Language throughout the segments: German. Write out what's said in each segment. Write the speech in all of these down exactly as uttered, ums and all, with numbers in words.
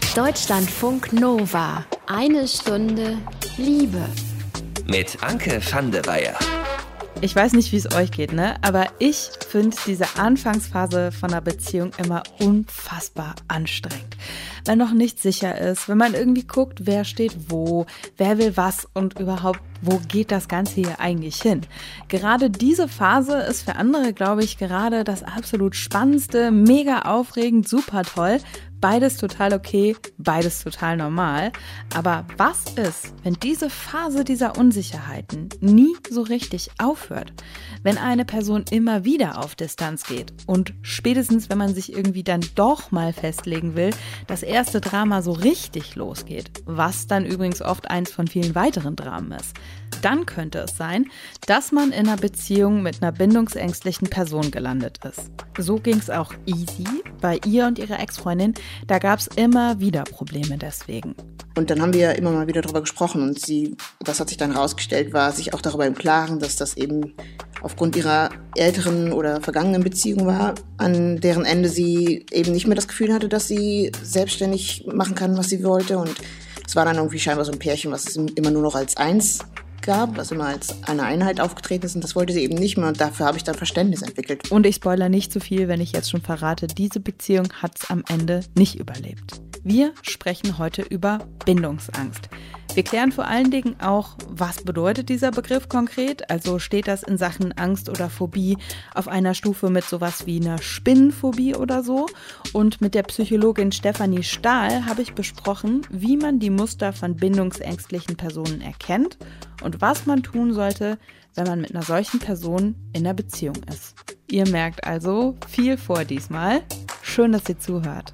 Deutschlandfunk Nova. Eine Stunde Liebe. Mit Anke van der Weyer. Ich weiß nicht, wie es euch geht, ne? Aber ich finde diese Anfangsphase von einer Beziehung immer unfassbar anstrengend. Weil noch nicht sicher ist, wenn man irgendwie guckt, wer steht wo, wer will was und überhaupt, wo geht das Ganze hier eigentlich hin? Gerade diese Phase ist für andere, glaube ich, gerade das absolut Spannendste, mega aufregend, super toll. Beides total okay, beides total normal. Aber was ist, wenn diese Phase dieser Unsicherheiten nie so richtig aufhört? Wenn eine Person immer wieder auf Distanz geht und spätestens, wenn man sich irgendwie dann doch mal festlegen will, das erste Drama so richtig losgeht, was dann übrigens oft eins von vielen weiteren Dramen ist, dann könnte es sein, dass man in einer Beziehung mit einer bindungsängstlichen Person gelandet ist. So ging es auch Easy bei ihr und ihrer Ex-Freundin. Da gab es immer wieder Probleme deswegen. Und dann haben wir ja immer mal wieder darüber gesprochen und sie, das hat sich dann herausgestellt, war sich auch darüber im Klaren, dass das eben aufgrund ihrer älteren oder vergangenen Beziehung war, an deren Ende sie eben nicht mehr das Gefühl hatte, dass sie selbstständig machen kann, was sie wollte. Und es war dann irgendwie scheinbar so ein Pärchen, was es immer nur noch als eins gab, was immer als eine Einheit aufgetreten ist, und das wollte sie eben nicht mehr und dafür habe ich dann Verständnis entwickelt. Und ich spoilere nicht zu viel, wenn ich jetzt schon verrate, diese Beziehung hat es am Ende nicht überlebt. Wir sprechen heute über Bindungsangst. Wir klären vor allen Dingen auch, was bedeutet dieser Begriff konkret? Also steht das in Sachen Angst oder Phobie auf einer Stufe mit sowas wie einer Spinnenphobie oder so? Und mit der Psychologin Stefanie Stahl habe ich besprochen, wie man die Muster von bindungsängstlichen Personen erkennt und was man tun sollte, wenn man mit einer solchen Person in einer Beziehung ist. Ihr merkt also, viel vor diesmal. Schön, dass ihr zuhört.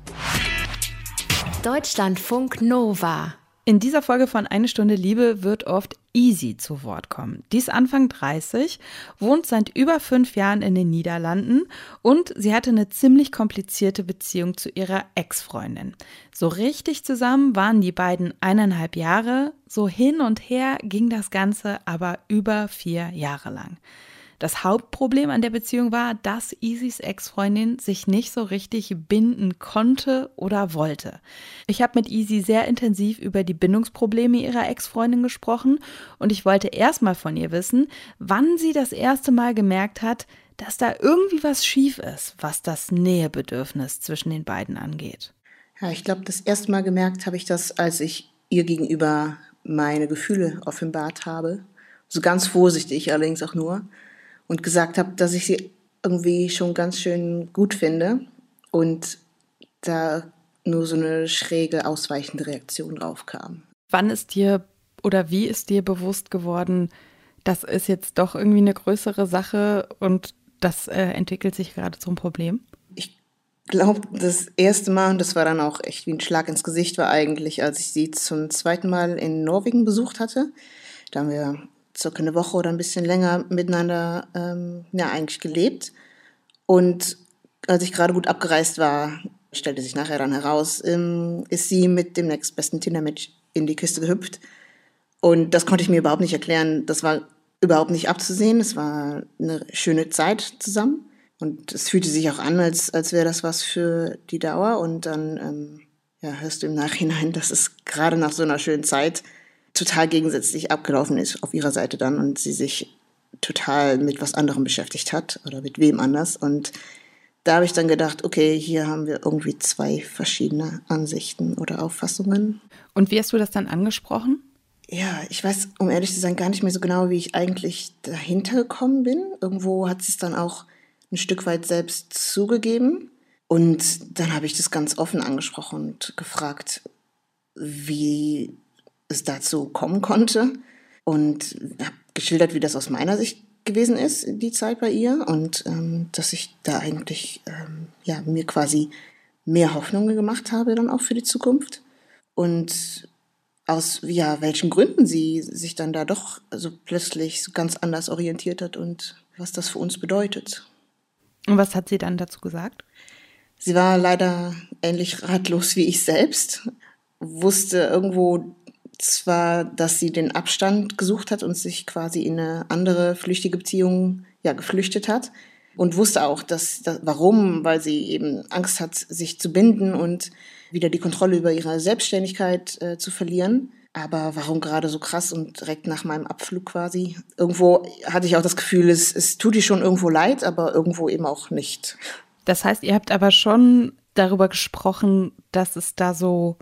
Deutschlandfunk Nova. In dieser Folge von Eine Stunde Liebe wird oft Easy zu Wort kommen. Die ist Anfang dreißig, wohnt seit über fünf Jahren in den Niederlanden und sie hatte eine ziemlich komplizierte Beziehung zu ihrer Ex-Freundin. So richtig zusammen waren die beiden eineinhalb Jahre, so hin und her ging das Ganze aber über vier Jahre lang. Das Hauptproblem an der Beziehung war, dass Easys Ex-Freundin sich nicht so richtig binden konnte oder wollte. Ich habe mit Easy sehr intensiv über die Bindungsprobleme ihrer Ex-Freundin gesprochen und ich wollte erstmal von ihr wissen, wann sie das erste Mal gemerkt hat, dass da irgendwie was schief ist, was das Nähebedürfnis zwischen den beiden angeht. Ja, ich glaube, das erste Mal gemerkt habe ich das, als ich ihr gegenüber meine Gefühle offenbart habe. So ganz vorsichtig allerdings auch nur. Und gesagt habe, dass ich sie irgendwie schon ganz schön gut finde und da nur so eine schräge, ausweichende Reaktion drauf kam. Wann ist dir oder wie ist dir bewusst geworden, das ist jetzt doch irgendwie eine größere Sache und das äh, entwickelt sich gerade zum Problem? Ich glaube, das erste Mal, und das war dann auch echt wie ein Schlag ins Gesicht, war eigentlich, als ich sie zum zweiten Mal in Norwegen besucht hatte. Da haben wir circa eine Woche oder ein bisschen länger miteinander ähm, ja, eigentlich gelebt. Und als ich gerade gut abgereist war, stellte sich nachher dann heraus, ähm, ist sie mit dem nächstbesten Tinder-Match in die Kiste gehüpft. Und das konnte ich mir überhaupt nicht erklären. Das war überhaupt nicht abzusehen. Es war eine schöne Zeit zusammen. Und es fühlte sich auch an, als, als wäre das was für die Dauer. Und dann ähm, ja, hörst du im Nachhinein, dass es gerade nach so einer schönen Zeit total gegensätzlich abgelaufen ist auf ihrer Seite dann und sie sich total mit was anderem beschäftigt hat oder mit wem anders. Und da habe ich dann gedacht, okay, hier haben wir irgendwie zwei verschiedene Ansichten oder Auffassungen. Und wie hast du das dann angesprochen? Ja, ich weiß, um ehrlich zu sein, gar nicht mehr so genau, wie ich eigentlich dahinter gekommen bin. Irgendwo hat sie es dann auch ein Stück weit selbst zugegeben. Und dann habe ich das ganz offen angesprochen und gefragt, wie es dazu kommen konnte und habe geschildert, wie das aus meiner Sicht gewesen ist, die Zeit bei ihr und ähm, dass ich da eigentlich ähm, ja, mir quasi mehr Hoffnungen gemacht habe dann auch für die Zukunft und aus ja, welchen Gründen sie sich dann da doch also plötzlich so ganz anders orientiert hat und was das für uns bedeutet. Und was hat sie dann dazu gesagt? Sie war leider ähnlich ratlos wie ich selbst, wusste irgendwo zwar, dass sie den Abstand gesucht hat und sich quasi in eine andere flüchtige Beziehung ja, geflüchtet hat und wusste auch, dass, dass warum, weil sie eben Angst hat, sich zu binden und wieder die Kontrolle über ihre Selbstständigkeit äh, zu verlieren. Aber warum gerade so krass und direkt nach meinem Abflug quasi? Irgendwo hatte ich auch das Gefühl, es, es tut ihr schon irgendwo leid, aber irgendwo eben auch nicht. Das heißt, ihr habt aber schon darüber gesprochen, dass es da so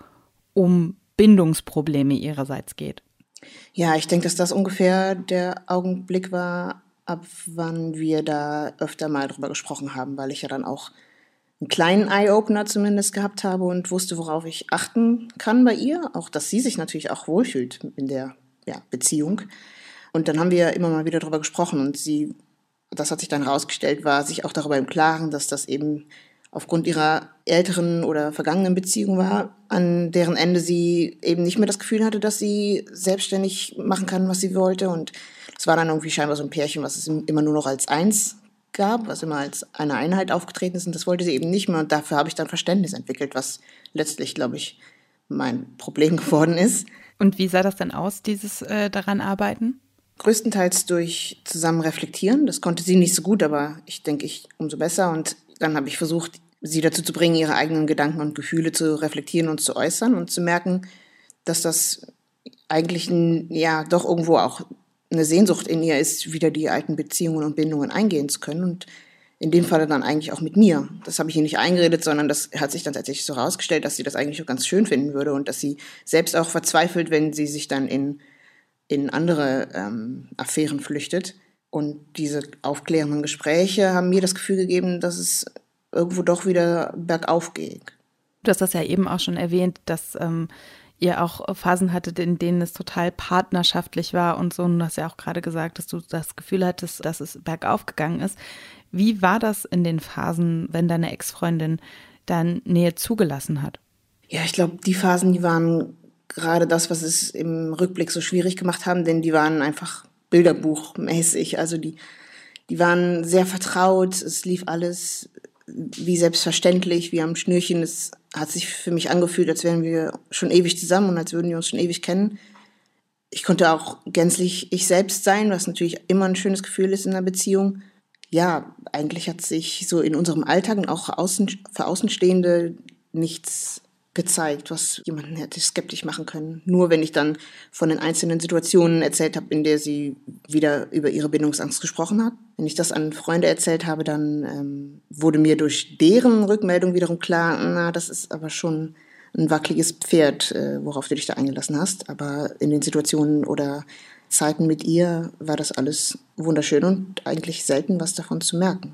um Bindungsprobleme ihrerseits geht. Ja, ich denke, dass das ungefähr der Augenblick war, ab wann wir da öfter mal drüber gesprochen haben, weil ich ja dann auch einen kleinen Eye-Opener zumindest gehabt habe und wusste, worauf ich achten kann bei ihr. Auch, dass sie sich natürlich auch wohlfühlt in der ja, Beziehung. Und dann haben wir immer mal wieder drüber gesprochen und sie, das hat sich dann herausgestellt, war sich auch darüber im Klaren, dass das eben aufgrund ihrer älteren oder vergangenen Beziehung war, an deren Ende sie eben nicht mehr das Gefühl hatte, dass sie selbstständig machen kann, was sie wollte. Und es war dann irgendwie scheinbar so ein Pärchen, was es immer nur noch als eins gab, was immer als eine Einheit aufgetreten ist. Und das wollte sie eben nicht mehr. Und dafür habe ich dann Verständnis entwickelt, was letztlich, glaube ich, mein Problem geworden ist. Und wie sah das denn aus, dieses äh, daran arbeiten? Größtenteils durch zusammen reflektieren. Das konnte sie nicht so gut, aber ich denke, ich umso besser. Und dann habe ich versucht, sie dazu zu bringen, ihre eigenen Gedanken und Gefühle zu reflektieren und zu äußern und zu merken, dass das eigentlich ein, ja doch irgendwo auch eine Sehnsucht in ihr ist, wieder die alten Beziehungen und Bindungen eingehen zu können. Und in dem Falle dann eigentlich auch mit mir. Das habe ich ihr nicht eingeredet, sondern das hat sich dann tatsächlich so herausgestellt, dass sie das eigentlich auch ganz schön finden würde und dass sie selbst auch verzweifelt, wenn sie sich dann in, in andere ähm, Affären flüchtet. Und diese aufklärenden Gespräche haben mir das Gefühl gegeben, dass es irgendwo doch wieder bergauf ging. Du hast das ja eben auch schon erwähnt, dass ähm, ihr auch Phasen hattet, in denen es total partnerschaftlich war und so. Und du hast ja auch gerade gesagt, dass du das Gefühl hattest, dass es bergauf gegangen ist. Wie war das in den Phasen, wenn deine Ex-Freundin dann Nähe zugelassen hat? Ja, ich glaube, die Phasen, die waren gerade das, was es im Rückblick so schwierig gemacht haben, denn die waren einfach bilderbuchmäßig. Also die, die waren sehr vertraut, es lief alles wie selbstverständlich, wie am Schnürchen. Es hat sich für mich angefühlt, als wären wir schon ewig zusammen und als würden wir uns schon ewig kennen. Ich konnte auch gänzlich ich selbst sein, was natürlich immer ein schönes Gefühl ist in einer Beziehung. Ja, eigentlich hat sich so in unserem Alltag und auch außen, für Außenstehende nichts gezeigt, was jemanden hätte skeptisch machen können. Nur wenn ich dann von den einzelnen Situationen erzählt habe, in der sie wieder über ihre Bindungsangst gesprochen hat. Wenn ich das an Freunde erzählt habe, dann ähm, wurde mir durch deren Rückmeldung wiederum klar, na, das ist aber schon ein wackeliges Pferd, äh, worauf du dich da eingelassen hast. Aber in den Situationen oder Zeiten mit ihr war das alles wunderschön und eigentlich selten was davon zu merken.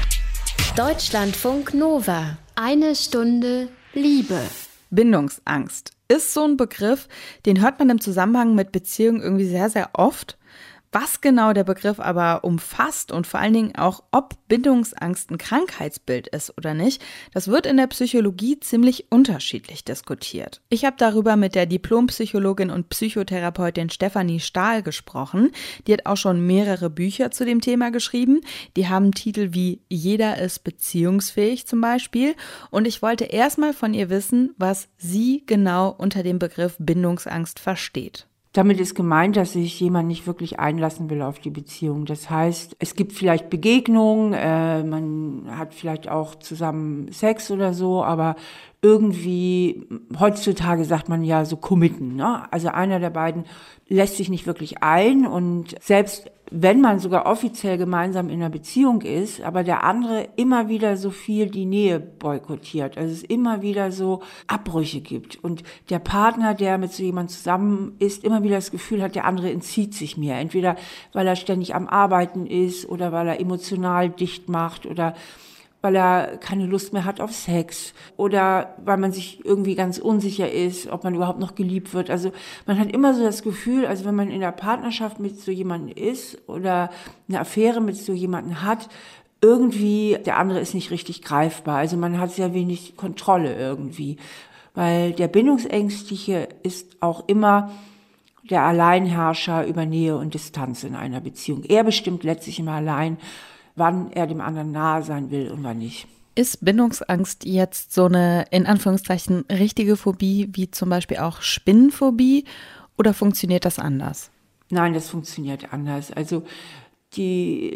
Deutschlandfunk Nova. Eine Stunde Liebe. Bindungsangst ist so ein Begriff, den hört man im Zusammenhang mit Beziehungen irgendwie sehr, sehr oft. Was genau der Begriff aber umfasst und vor allen Dingen auch, ob Bindungsangst ein Krankheitsbild ist oder nicht, das wird in der Psychologie ziemlich unterschiedlich diskutiert. Ich habe darüber mit der Diplompsychologin und Psychotherapeutin Stefanie Stahl gesprochen. Die hat auch schon mehrere Bücher zu dem Thema geschrieben. Die haben Titel wie Jeder ist beziehungsfähig zum Beispiel. Und ich wollte erstmal von ihr wissen, was sie genau unter dem Begriff Bindungsangst versteht. Damit ist gemeint, dass sich jemand nicht wirklich einlassen will auf die Beziehung. Das heißt, es gibt vielleicht Begegnungen, äh, man hat vielleicht auch zusammen Sex oder so, aber irgendwie, heutzutage sagt man ja so committen, ne? Also einer der beiden lässt sich nicht wirklich ein und selbst wenn man sogar offiziell gemeinsam in einer Beziehung ist, aber der andere immer wieder so viel die Nähe boykottiert, also es immer wieder so Abbrüche gibt und der Partner, der mit so jemandem zusammen ist, immer wieder das Gefühl hat, der andere entzieht sich mir, entweder weil er ständig am Arbeiten ist oder weil er emotional dicht macht oder weil er keine Lust mehr hat auf Sex oder weil man sich irgendwie ganz unsicher ist, ob man überhaupt noch geliebt wird. Also man hat immer so das Gefühl, also wenn man in der Partnerschaft mit so jemandem ist oder eine Affäre mit so jemandem hat, irgendwie der andere ist nicht richtig greifbar. Also man hat sehr wenig Kontrolle irgendwie, weil der Bindungsängstliche ist auch immer der Alleinherrscher über Nähe und Distanz in einer Beziehung. Er bestimmt letztlich immer allein, wann er dem anderen nahe sein will und wann nicht. Ist Bindungsangst jetzt so eine, in Anführungszeichen, richtige Phobie, wie zum Beispiel auch Spinnenphobie, oder funktioniert das anders? Nein, das funktioniert anders. Also die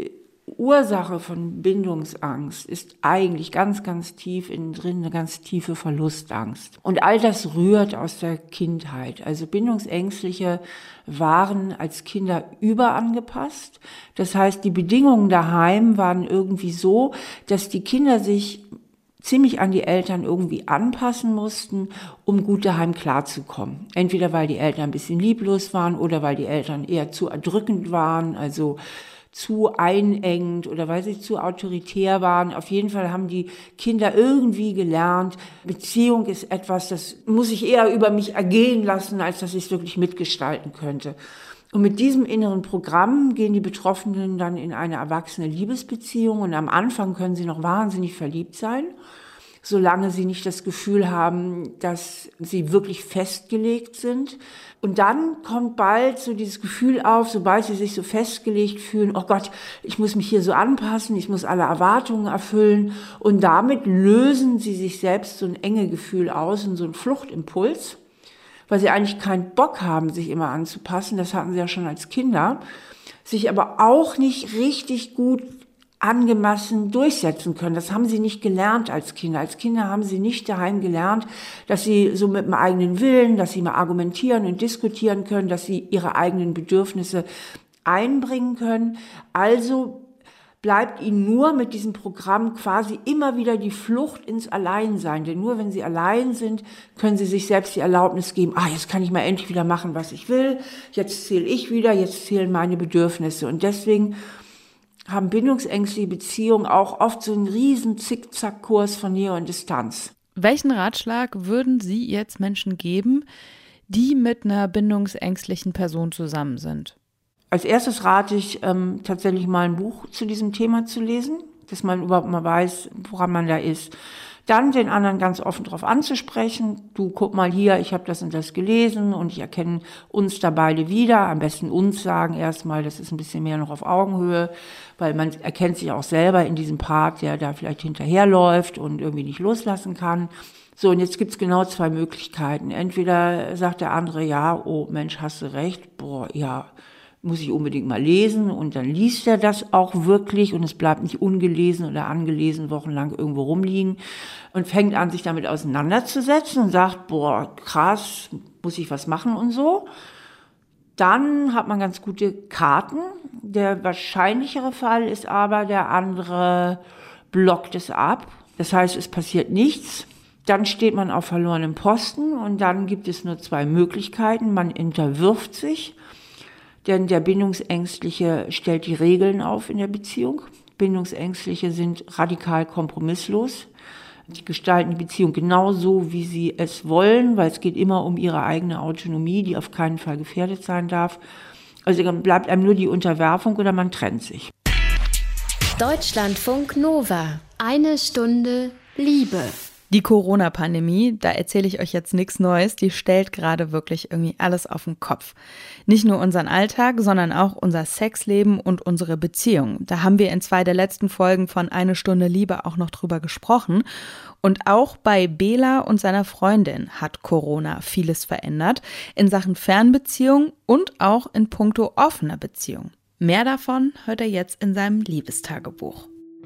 Ursache von Bindungsangst ist eigentlich ganz, ganz tief innen drin eine ganz tiefe Verlustangst. Und all das rührt aus der Kindheit. Also Bindungsängstliche waren als Kinder überangepasst. Das heißt, die Bedingungen daheim waren irgendwie so, dass die Kinder sich ziemlich an die Eltern irgendwie anpassen mussten, um gut daheim klarzukommen. Entweder weil die Eltern ein bisschen lieblos waren oder weil die Eltern eher zu erdrückend waren, also zu einengend oder weil sie zu autoritär waren. Auf jeden Fall haben die Kinder irgendwie gelernt, Beziehung ist etwas, das muss ich eher über mich ergehen lassen, als dass ich es wirklich mitgestalten könnte. Und mit diesem inneren Programm gehen die Betroffenen dann in eine erwachsene Liebesbeziehung und am Anfang können sie noch wahnsinnig verliebt sein, solange sie nicht das Gefühl haben, dass sie wirklich festgelegt sind. Und dann kommt bald so dieses Gefühl auf, sobald sie sich so festgelegt fühlen, oh Gott, ich muss mich hier so anpassen, ich muss alle Erwartungen erfüllen. Und damit lösen sie sich selbst so ein enge Gefühl aus und so einen Fluchtimpuls, weil sie eigentlich keinen Bock haben, sich immer anzupassen. Das hatten sie ja schon als Kinder, sich aber auch nicht richtig gut angemessen durchsetzen können. Das haben sie nicht gelernt als Kinder. Als Kinder haben sie nicht daheim gelernt, dass sie so mit dem eigenen Willen, dass sie mal argumentieren und diskutieren können, dass sie ihre eigenen Bedürfnisse einbringen können. Also bleibt ihnen nur mit diesem Programm quasi immer wieder die Flucht ins Alleinsein. Denn nur wenn sie allein sind, können sie sich selbst die Erlaubnis geben, ah, jetzt kann ich mal endlich wieder machen, was ich will. Jetzt zähle ich wieder, jetzt zählen meine Bedürfnisse. Und deswegen haben bindungsängstliche Beziehungen auch oft so einen riesen Zickzackkurs von Nähe und Distanz. Welchen Ratschlag würden Sie jetzt Menschen geben, die mit einer bindungsängstlichen Person zusammen sind? Als erstes rate ich, ähm, tatsächlich mal ein Buch zu diesem Thema zu lesen, dass man überhaupt mal weiß, woran man da ist. Dann den anderen ganz offen drauf anzusprechen. Du, guck mal hier, ich habe das und das gelesen und ich erkenne uns da beide wieder. Am besten uns sagen erstmal, das ist ein bisschen mehr noch auf Augenhöhe, weil man erkennt sich auch selber in diesem Part, der da vielleicht hinterherläuft und irgendwie nicht loslassen kann. So, und jetzt gibt's genau zwei Möglichkeiten. Entweder sagt der andere, ja, oh Mensch, hast du recht, boah, ja, muss ich unbedingt mal lesen und dann liest er das auch wirklich und es bleibt nicht ungelesen oder angelesen wochenlang irgendwo rumliegen und fängt an, sich damit auseinanderzusetzen und sagt, boah, krass, muss ich was machen und so. Dann hat man ganz gute Karten. Der wahrscheinlichere Fall ist aber, der andere blockt es ab. Das heißt, es passiert nichts. Dann steht man auf verlorenem Posten und dann gibt es nur zwei Möglichkeiten. Man unterwirft sich. Denn der Bindungsängstliche stellt die Regeln auf in der Beziehung. Bindungsängstliche sind radikal kompromisslos. Die gestalten die Beziehung genauso, wie sie es wollen, weil es geht immer um ihre eigene Autonomie, die auf keinen Fall gefährdet sein darf. Also dann bleibt einem nur die Unterwerfung oder man trennt sich. Deutschlandfunk Nova. Eine Stunde Liebe. Die Corona-Pandemie, da erzähle ich euch jetzt nichts Neues, die stellt gerade wirklich irgendwie alles auf den Kopf. Nicht nur unseren Alltag, sondern auch unser Sexleben und unsere Beziehung. Da haben wir in zwei der letzten Folgen von Eine Stunde Liebe auch noch drüber gesprochen. Und auch bei Bela und seiner Freundin hat Corona vieles verändert, in Sachen Fernbeziehung und auch in puncto offener Beziehung. Mehr davon hört er jetzt in seinem Liebestagebuch.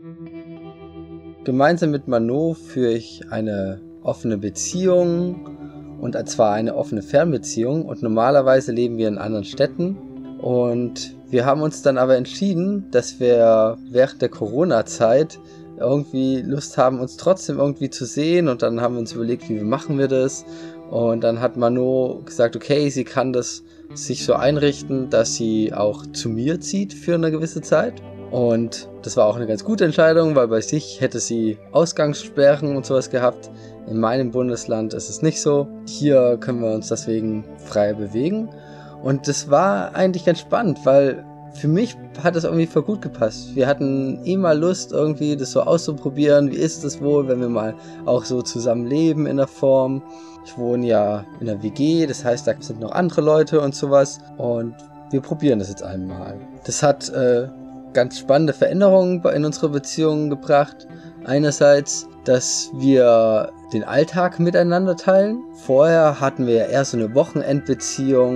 Gemeinsam mit Mano führe ich eine offene Beziehung und zwar eine offene Fernbeziehung und normalerweise leben wir in anderen Städten und wir haben uns dann aber entschieden, dass wir während der Corona-Zeit irgendwie Lust haben, uns trotzdem irgendwie zu sehen und dann haben wir uns überlegt, wie machen wir das und dann hat Mano gesagt, okay, sie kann das sich so einrichten, dass sie auch zu mir zieht für eine gewisse Zeit. Und das war auch eine ganz gute Entscheidung, weil bei sich hätte sie Ausgangssperren und sowas gehabt. In meinem Bundesland ist es nicht so. Hier können wir uns deswegen frei bewegen. Und das war eigentlich ganz spannend, weil für mich hat das irgendwie voll gut gepasst. Wir hatten eh mal Lust, irgendwie das so auszuprobieren. Wie ist es wohl, wenn wir mal auch so zusammen leben in der Form? Ich wohne ja in einer W G, das heißt, da sind noch andere Leute und sowas. Und wir probieren das jetzt einmal. Das hat äh, ganz spannende Veränderungen in unserer Beziehung gebracht. Einerseits, dass wir den Alltag miteinander teilen. Vorher hatten wir ja eher so eine Wochenendbeziehung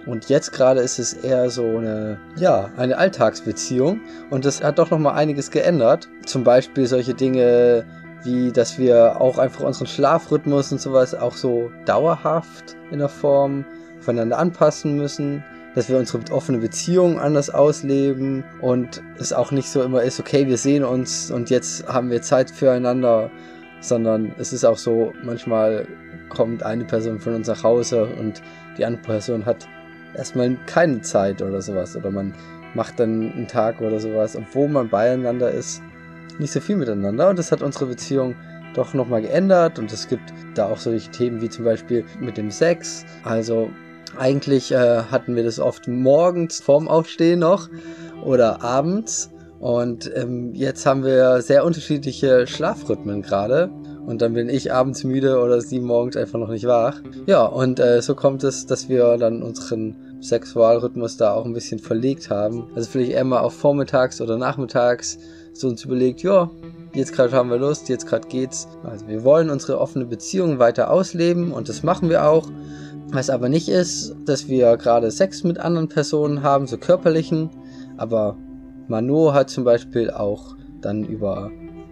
Und jetzt gerade ist es eher so eine, ja, eine Alltagsbeziehung. Und das hat doch nochmal einiges geändert. Zum Beispiel solche Dinge wie, dass wir auch einfach unseren Schlafrhythmus und sowas auch so dauerhaft in der Form voneinander anpassen müssen. Dass wir unsere offene Beziehung anders ausleben und es auch nicht so immer ist, okay, wir sehen uns und jetzt haben wir Zeit füreinander, sondern es ist auch so, manchmal kommt eine Person von uns nach Hause und die andere Person hat erstmal keine Zeit oder sowas oder man macht dann einen Tag oder sowas, obwohl man beieinander ist, nicht so viel miteinander und das hat unsere Beziehung doch nochmal geändert und es gibt da auch solche Themen wie zum Beispiel mit dem Sex, also eigentlich äh, hatten wir das oft morgens vorm Aufstehen noch oder abends und ähm, jetzt haben wir sehr unterschiedliche Schlafrhythmen gerade und dann bin ich abends müde oder sie morgens einfach noch nicht wach. Ja, und äh, so kommt es, dass wir dann unseren Sexualrhythmus da auch ein bisschen verlegt haben. Also vielleicht eher mal auf vormittags oder nachmittags so uns überlegt, ja, jetzt gerade haben wir Lust, jetzt gerade geht's. Also wir wollen unsere offene Beziehung weiter ausleben und das machen wir auch. Was aber nicht ist, dass wir gerade Sex mit anderen Personen haben, so körperlichen, aber Mano hat zum Beispiel auch dann über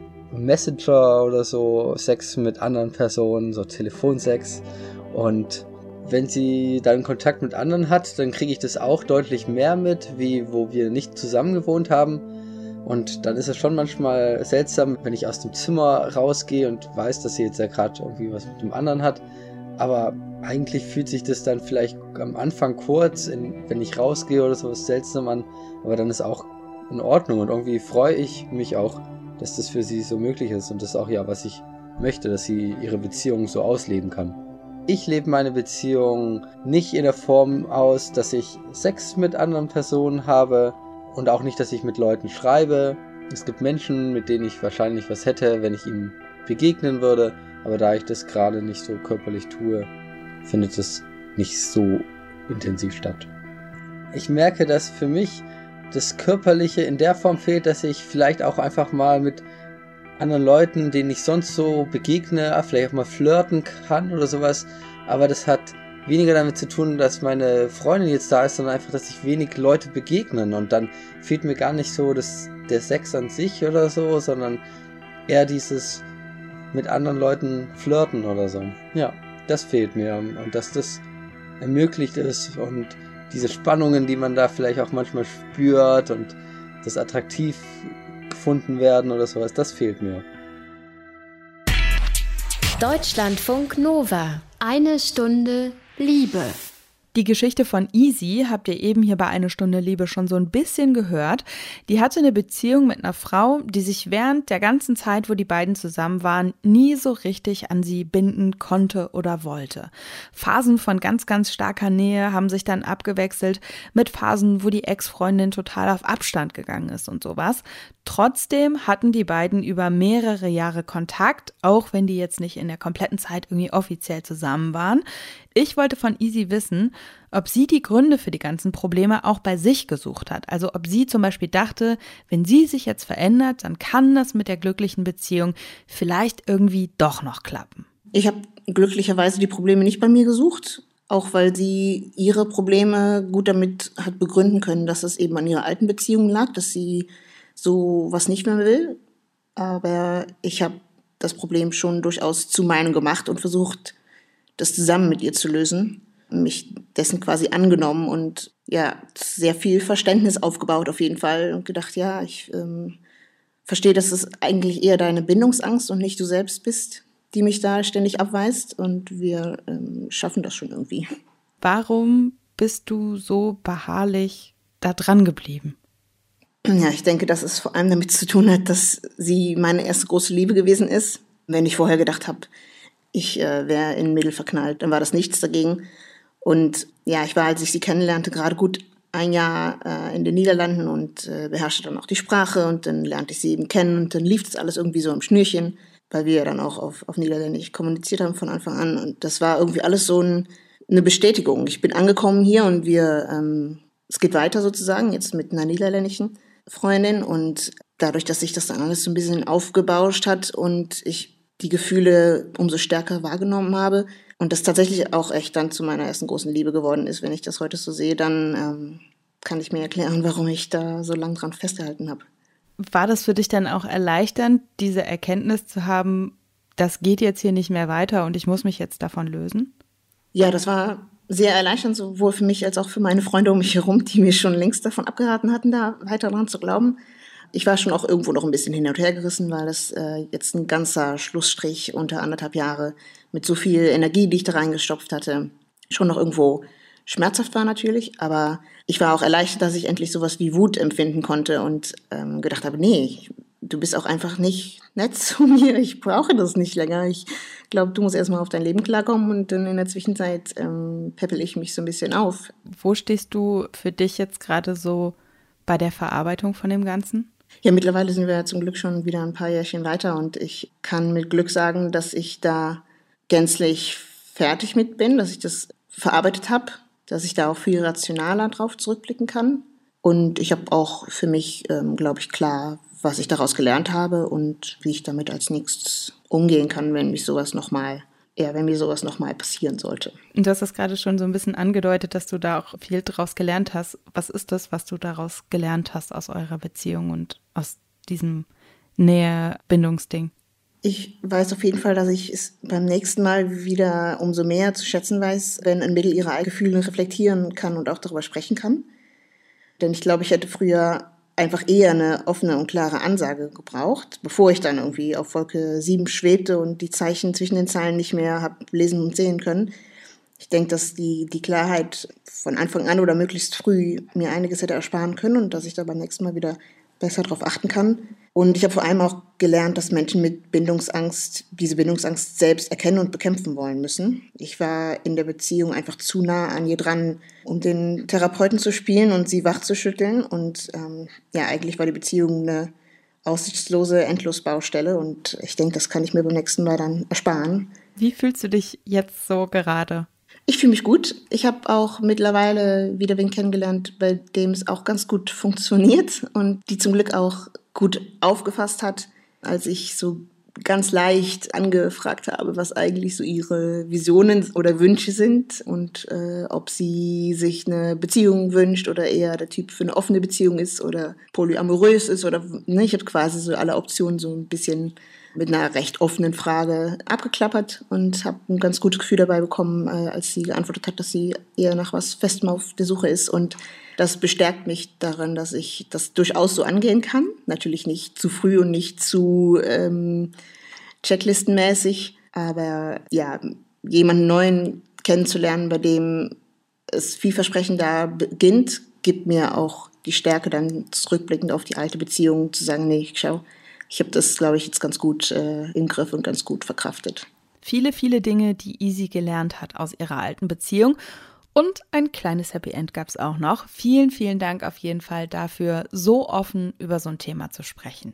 Messenger oder so Sex mit anderen Personen, so Telefonsex und wenn sie dann Kontakt mit anderen hat, dann kriege ich das auch deutlich mehr mit, wie wo wir nicht zusammen gewohnt haben und dann ist es schon manchmal seltsam, wenn ich aus dem Zimmer rausgehe und weiß, dass sie jetzt ja gerade irgendwie was mit dem anderen hat, aber eigentlich fühlt sich das dann vielleicht am Anfang kurz, in, wenn ich rausgehe oder sowas seltsam an, aber dann ist auch in Ordnung und irgendwie freue ich mich auch, dass das für sie so möglich ist und das ist auch ja, was ich möchte, dass sie ihre Beziehung so ausleben kann. Ich lebe meine Beziehung nicht in der Form aus, dass ich Sex mit anderen Personen habe und auch nicht, dass ich mit Leuten schreibe. Es gibt Menschen, mit denen ich wahrscheinlich was hätte, wenn ich ihnen begegnen würde, aber da ich das gerade nicht so körperlich tue, findet es nicht so intensiv statt. Ich merke, dass für mich das Körperliche in der Form fehlt, dass ich vielleicht auch einfach mal mit anderen Leuten, denen ich sonst so begegne, vielleicht auch mal flirten kann oder sowas, aber das hat weniger damit zu tun, dass meine Freundin jetzt da ist, sondern einfach, dass sich wenig Leute begegnen und dann fehlt mir gar nicht so das, der Sex an sich oder so, sondern eher dieses mit anderen Leuten flirten oder so. Ja, das fehlt mir und dass das ermöglicht ist und diese Spannungen, die man da vielleicht auch manchmal spürt und das attraktiv gefunden werden oder sowas, das fehlt mir. Deutschlandfunk Nova. Eine Stunde Liebe. Die Geschichte von Easy habt ihr eben hier bei Eine Stunde Liebe schon so ein bisschen gehört. Die hatte eine Beziehung mit einer Frau, die sich während der ganzen Zeit, wo die beiden zusammen waren, nie so richtig an sie binden konnte oder wollte. Phasen von ganz, ganz starker Nähe haben sich dann abgewechselt mit Phasen, wo die Ex-Freundin total auf Abstand gegangen ist und sowas. Trotzdem hatten die beiden über mehrere Jahre Kontakt, auch wenn die jetzt nicht in der kompletten Zeit irgendwie offiziell zusammen waren. Ich wollte von Easy wissen, ob sie die Gründe für die ganzen Probleme auch bei sich gesucht hat. Also ob sie zum Beispiel dachte, wenn sie sich jetzt verändert, dann kann das mit der glücklichen Beziehung vielleicht irgendwie doch noch klappen. Ich habe glücklicherweise die Probleme nicht bei mir gesucht, auch weil sie ihre Probleme gut damit hat begründen können, dass es eben an ihrer alten Beziehung lag, dass sie so was nicht mehr will. Aber ich habe das Problem schon durchaus zu meinem gemacht und versucht, das zusammen mit ihr zu lösen. Mich dessen quasi angenommen und ja, sehr viel Verständnis aufgebaut auf jeden Fall und gedacht, ja, ich ähm, verstehe, dass es eigentlich eher deine Bindungsangst und nicht du selbst bist, die mich da ständig abweist und wir ähm, schaffen das schon irgendwie. Warum bist du so beharrlich da dran geblieben? Ja, ich denke, dass es vor allem damit zu tun hat, dass sie meine erste große Liebe gewesen ist. Wenn ich vorher gedacht habe, ich äh, wäre in ein Mädel verknallt, dann war das nichts dagegen. Und ja, ich war, als ich sie kennenlernte, gerade gut ein Jahr äh, in den Niederlanden und äh, beherrschte dann auch die Sprache und dann lernte ich sie eben kennen und dann lief das alles irgendwie so im Schnürchen, weil wir dann auch auf, auf Niederländisch kommuniziert haben von Anfang an und das war irgendwie alles so ein, eine Bestätigung. Ich bin angekommen hier und wir, ähm, es geht weiter sozusagen, jetzt mit einer niederländischen Freundin und dadurch, dass sich das dann alles so ein bisschen aufgebauscht hat und ich die Gefühle umso stärker wahrgenommen habe, Und das tatsächlich auch echt dann zu meiner ersten großen Liebe geworden ist. Wenn ich das heute so sehe, dann ähm, kann ich mir erklären, warum ich da so lange dran festgehalten habe. War das für dich dann auch erleichternd, diese Erkenntnis zu haben, das geht jetzt hier nicht mehr weiter und ich muss mich jetzt davon lösen? Ja, das war sehr erleichternd, sowohl für mich als auch für meine Freunde um mich herum, die mir schon längst davon abgeraten hatten, da weiter dran zu glauben. Ich war schon auch irgendwo noch ein bisschen hin und her gerissen, weil das äh, jetzt ein ganzer Schlussstrich unter anderthalb Jahre mit so viel Energie, die ich da reingestopft hatte, schon noch irgendwo schmerzhaft war natürlich. Aber ich war auch erleichtert, dass ich endlich sowas wie Wut empfinden konnte und ähm, gedacht habe, nee, du bist auch einfach nicht nett zu mir, ich brauche das nicht länger. Ich glaube, du musst erstmal auf dein Leben klarkommen und dann in der Zwischenzeit ähm, peppel ich mich so ein bisschen auf. Wo stehst du für dich jetzt gerade so bei der Verarbeitung von dem Ganzen? Ja, mittlerweile sind wir ja zum Glück schon wieder ein paar Jährchen weiter und ich kann mit Glück sagen, dass ich da gänzlich fertig mit bin, dass ich das verarbeitet habe, dass ich da auch viel rationaler drauf zurückblicken kann. Und ich habe auch für mich, ähm, glaube ich, klar, was ich daraus gelernt habe und wie ich damit als nächstes umgehen kann, wenn mich sowas nochmal, ja, wenn mir sowas nochmal passieren sollte. Und du hast das gerade schon so ein bisschen angedeutet, dass du da auch viel daraus gelernt hast. Was ist das, was du daraus gelernt hast aus eurer Beziehung und aus diesem Nähe-Bindungsding? Ich weiß auf jeden Fall, dass ich es beim nächsten Mal wieder umso mehr zu schätzen weiß, wenn ein Mädel ihre eigenen Gefühle reflektieren kann und auch darüber sprechen kann. Denn ich glaube, ich hätte früher einfach eher eine offene und klare Ansage gebraucht, bevor ich dann irgendwie auf Wolke sieben schwebte und die Zeichen zwischen den Zeilen nicht mehr habe lesen und sehen können. Ich denke, dass die, die Klarheit von Anfang an oder möglichst früh mir einiges hätte ersparen können und dass ich da beim nächsten Mal wieder besser darauf achten kann. Und ich habe vor allem auch gelernt, dass Menschen mit Bindungsangst diese Bindungsangst selbst erkennen und bekämpfen wollen müssen. Ich war in der Beziehung einfach zu nah an ihr dran, um den Therapeuten zu spielen und sie wachzuschütteln. Und ähm, ja, eigentlich war die Beziehung eine aussichtslose Endlosbaustelle. Und ich denke, das kann ich mir beim nächsten Mal dann ersparen. Wie fühlst du dich jetzt so gerade? Ich fühle mich gut. Ich habe auch mittlerweile wieder wen kennengelernt, bei dem es auch ganz gut funktioniert und die zum Glück auch gut aufgefasst hat, als ich so ganz leicht angefragt habe, was eigentlich so ihre Visionen oder Wünsche sind und äh, ob sie sich eine Beziehung wünscht oder eher der Typ für eine offene Beziehung ist oder polyamorös ist oder ne, ich habe quasi so alle Optionen so ein bisschen mit einer recht offenen Frage abgeklappert und habe ein ganz gutes Gefühl dabei bekommen, äh, als sie geantwortet hat, dass sie eher nach was Festem auf der Suche ist. Und das bestärkt mich daran, dass ich das durchaus so angehen kann. Natürlich nicht zu früh und nicht zu ähm, checklistenmäßig, aber ja, jemanden Neuen kennenzulernen, bei dem es vielversprechender beginnt, gibt mir auch die Stärke, dann zurückblickend auf die alte Beziehung zu sagen, nee, schau, ich habe das, glaube ich, jetzt ganz gut äh, im Griff und ganz gut verkraftet. Viele, viele Dinge, die Isi gelernt hat aus ihrer alten Beziehung. Und ein kleines Happy End gab es auch noch. Vielen, vielen Dank auf jeden Fall dafür, so offen über so ein Thema zu sprechen.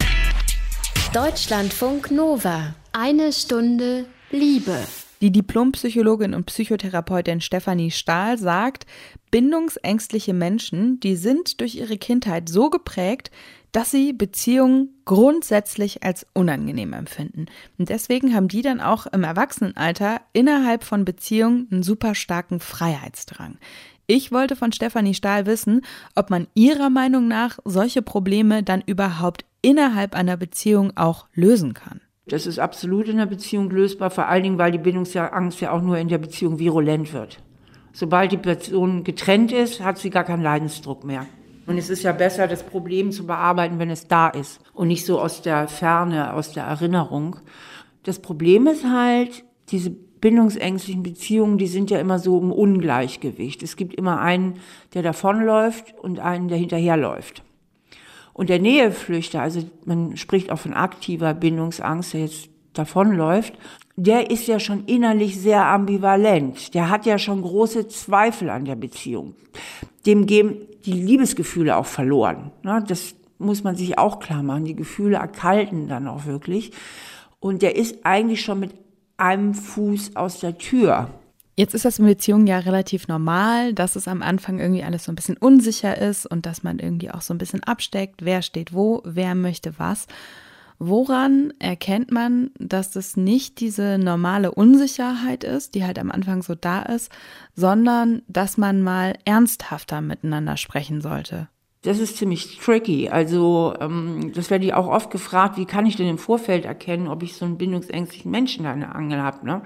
Deutschlandfunk Nova. Eine Stunde Liebe. Die Diplompsychologin und Psychotherapeutin Stefanie Stahl sagt, bindungsängstliche Menschen, die sind durch ihre Kindheit so geprägt, dass sie Beziehungen grundsätzlich als unangenehm empfinden. Und deswegen haben die dann auch im Erwachsenenalter innerhalb von Beziehungen einen super starken Freiheitsdrang. Ich wollte von Stefanie Stahl wissen, ob man ihrer Meinung nach solche Probleme dann überhaupt innerhalb einer Beziehung auch lösen kann. Das ist absolut in der Beziehung lösbar, vor allen Dingen, weil die Bindungsangst ja auch nur in der Beziehung virulent wird. Sobald die Person getrennt ist, hat sie gar keinen Leidensdruck mehr. Und es ist ja besser, das Problem zu bearbeiten, wenn es da ist und nicht so aus der Ferne, aus der Erinnerung. Das Problem ist halt, diese bindungsängstlichen Beziehungen, die sind ja immer so im Ungleichgewicht. Es gibt immer einen, der davonläuft und einen, der hinterherläuft. Und der Näheflüchter, also man spricht auch von aktiver Bindungsangst, der jetzt davonläuft, der ist ja schon innerlich sehr ambivalent. Der hat ja schon große Zweifel an der Beziehung. Dem gehen die Liebesgefühle auch verloren. Das muss man sich auch klar machen. Die Gefühle erkalten dann auch wirklich. Und der ist eigentlich schon mit einem Fuß aus der Tür. Jetzt ist das in Beziehungen ja relativ normal, dass es am Anfang irgendwie alles so ein bisschen unsicher ist und dass man irgendwie auch so ein bisschen absteckt, wer steht wo, wer möchte was. Woran erkennt man, dass das nicht diese normale Unsicherheit ist, die halt am Anfang so da ist, sondern dass man mal ernsthafter miteinander sprechen sollte? Das ist ziemlich tricky. Also ähm, das werde ich auch oft gefragt, wie kann ich denn im Vorfeld erkennen, ob ich so einen bindungsängstlichen Menschen an der Angel habe, ne?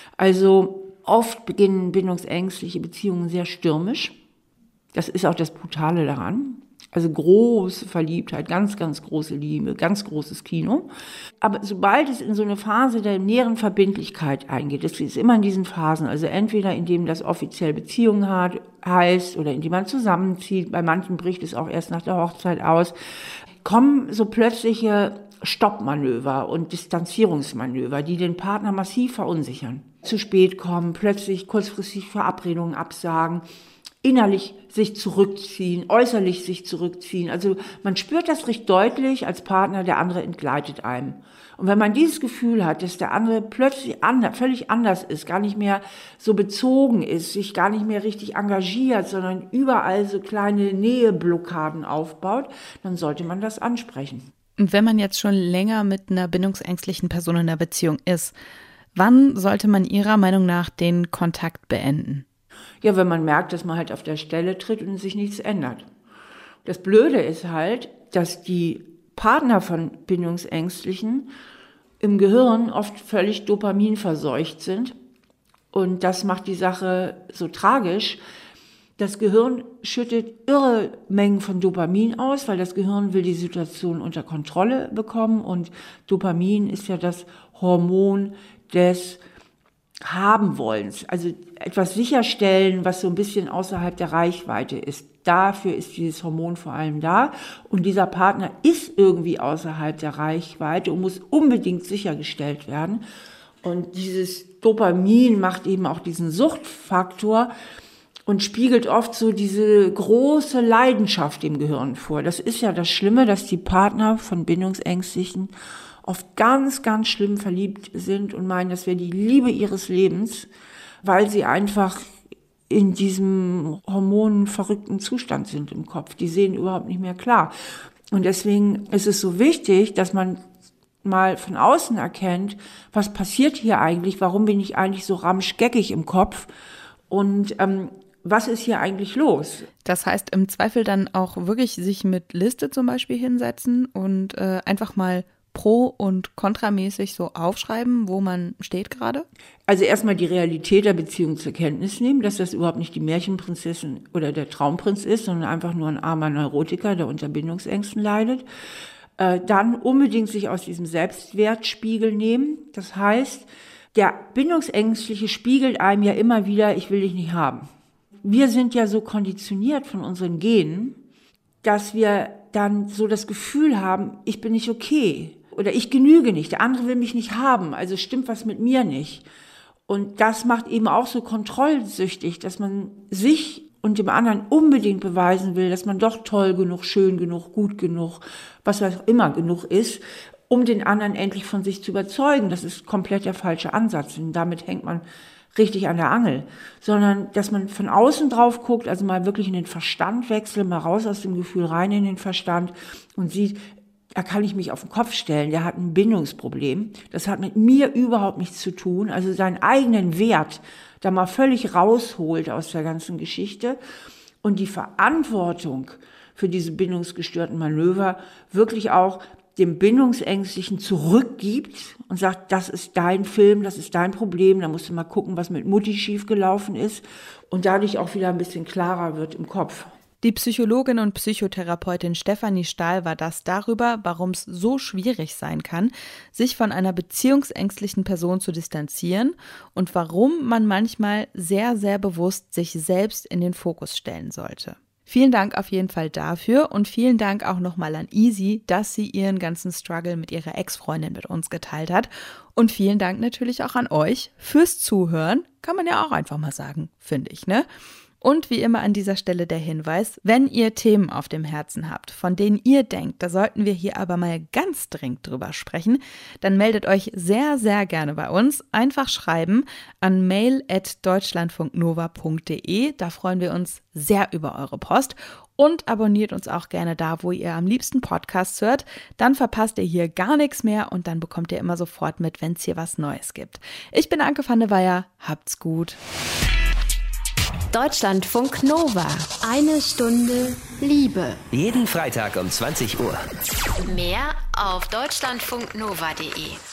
Also oft beginnen bindungsängstliche Beziehungen sehr stürmisch. Das ist auch das Brutale daran. Also große Verliebtheit, ganz, ganz große Liebe, ganz großes Kino. Aber sobald es in so eine Phase der näheren Verbindlichkeit eingeht, das ist immer in diesen Phasen, also entweder indem das offiziell Beziehung hat, heißt oder indem man zusammenzieht, bei manchen bricht es auch erst nach der Hochzeit aus, kommen so plötzliche Stoppmanöver und Distanzierungsmanöver, die den Partner massiv verunsichern. Zu spät kommen, plötzlich kurzfristig Verabredungen absagen, innerlich sich zurückziehen, äußerlich sich zurückziehen. Also man spürt das recht deutlich als Partner, der andere entgleitet einem. Und wenn man dieses Gefühl hat, dass der andere plötzlich anders, völlig anders ist, gar nicht mehr so bezogen ist, sich gar nicht mehr richtig engagiert, sondern überall so kleine Näheblockaden aufbaut, dann sollte man das ansprechen. Und wenn man jetzt schon länger mit einer bindungsängstlichen Person in einer Beziehung ist, wann sollte man Ihrer Meinung nach den Kontakt beenden? Ja, wenn man merkt, dass man halt auf der Stelle tritt und sich nichts ändert. Das Blöde ist halt, dass die Partner von Bindungsängstlichen im Gehirn oft völlig dopaminverseucht sind. Und das macht die Sache so tragisch. Das Gehirn schüttet irre Mengen von Dopamin aus, weil das Gehirn will die Situation unter Kontrolle bekommen. Und Dopamin ist ja das Hormon des Haben-Wollens, also etwas sicherstellen, was so ein bisschen außerhalb der Reichweite ist. Dafür ist dieses Hormon vor allem da. Und dieser Partner ist irgendwie außerhalb der Reichweite und muss unbedingt sichergestellt werden. Und dieses Dopamin macht eben auch diesen Suchtfaktor und spiegelt oft so diese große Leidenschaft im Gehirn vor. Das ist ja das Schlimme, dass die Partner von Bindungsängstlichen oft ganz, ganz schlimm verliebt sind und meinen, das wäre die Liebe ihres Lebens, weil sie einfach in diesem hormonverrückten Zustand sind im Kopf. Die sehen überhaupt nicht mehr klar. Und deswegen ist es so wichtig, dass man mal von außen erkennt, was passiert hier eigentlich, warum bin ich eigentlich so ramschgeckig im Kopf und ähm, was ist hier eigentlich los? Das heißt, im Zweifel dann auch wirklich sich mit Liste zum Beispiel hinsetzen und äh, einfach mal pro- und kontramäßig so aufschreiben, wo man steht gerade? Also erstmal die Realität der Beziehung zur Kenntnis nehmen, dass das überhaupt nicht die Märchenprinzessin oder der Traumprinz ist, sondern einfach nur ein armer Neurotiker, der unter Bindungsängsten leidet. Äh, dann unbedingt sich aus diesem Selbstwertspiegel nehmen. Das heißt, der Bindungsängstliche spiegelt einem ja immer wieder, ich will dich nicht haben. Wir sind ja so konditioniert von unseren Genen, dass wir dann so das Gefühl haben, ich bin nicht okay oder ich genüge nicht, der andere will mich nicht haben, also stimmt was mit mir nicht. Und das macht eben auch so kontrollsüchtig, dass man sich und dem anderen unbedingt beweisen will, dass man doch toll genug, schön genug, gut genug, was auch immer genug ist, um den anderen endlich von sich zu überzeugen. Das ist komplett der falsche Ansatz und damit hängt man richtig an der Angel, sondern dass man von außen drauf guckt, also mal wirklich in den Verstand wechselt, mal raus aus dem Gefühl rein in den Verstand und sieht, da kann ich mich auf den Kopf stellen, der hat ein Bindungsproblem, das hat mit mir überhaupt nichts zu tun, also seinen eigenen Wert da mal völlig rausholt aus der ganzen Geschichte und die Verantwortung für diese bindungsgestörten Manöver wirklich auch dem Bindungsängstlichen zurückgibt und sagt, das ist dein Film, das ist dein Problem, da musst du mal gucken, was mit Mutti schiefgelaufen ist und dadurch auch wieder ein bisschen klarer wird im Kopf. Die Psychologin und Psychotherapeutin Stefanie Stahl war das darüber, warum es so schwierig sein kann, sich von einer beziehungsängstlichen Person zu distanzieren und warum man manchmal sehr, sehr bewusst sich selbst in den Fokus stellen sollte. Vielen Dank auf jeden Fall dafür und vielen Dank auch nochmal an Easy, dass sie ihren ganzen Struggle mit ihrer Ex-Freundin mit uns geteilt hat. Und vielen Dank natürlich auch an euch fürs Zuhören, kann man ja auch einfach mal sagen, finde ich, ne? Und wie immer an dieser Stelle der Hinweis, wenn ihr Themen auf dem Herzen habt, von denen ihr denkt, da sollten wir hier aber mal ganz dringend drüber sprechen, dann meldet euch sehr, sehr gerne bei uns. Einfach schreiben an mail at deutschlandfunknova punkt de. Da freuen wir uns sehr über eure Post. Und abonniert uns auch gerne da, wo ihr am liebsten Podcasts hört. Dann verpasst ihr hier gar nichts mehr und dann bekommt ihr immer sofort mit, wenn es hier was Neues gibt. Ich bin Anke van der Weyer. Habt's gut. Deutschlandfunk Nova. Eine Stunde Liebe. Jeden Freitag um zwanzig Uhr. Mehr auf deutschlandfunknova punkt de.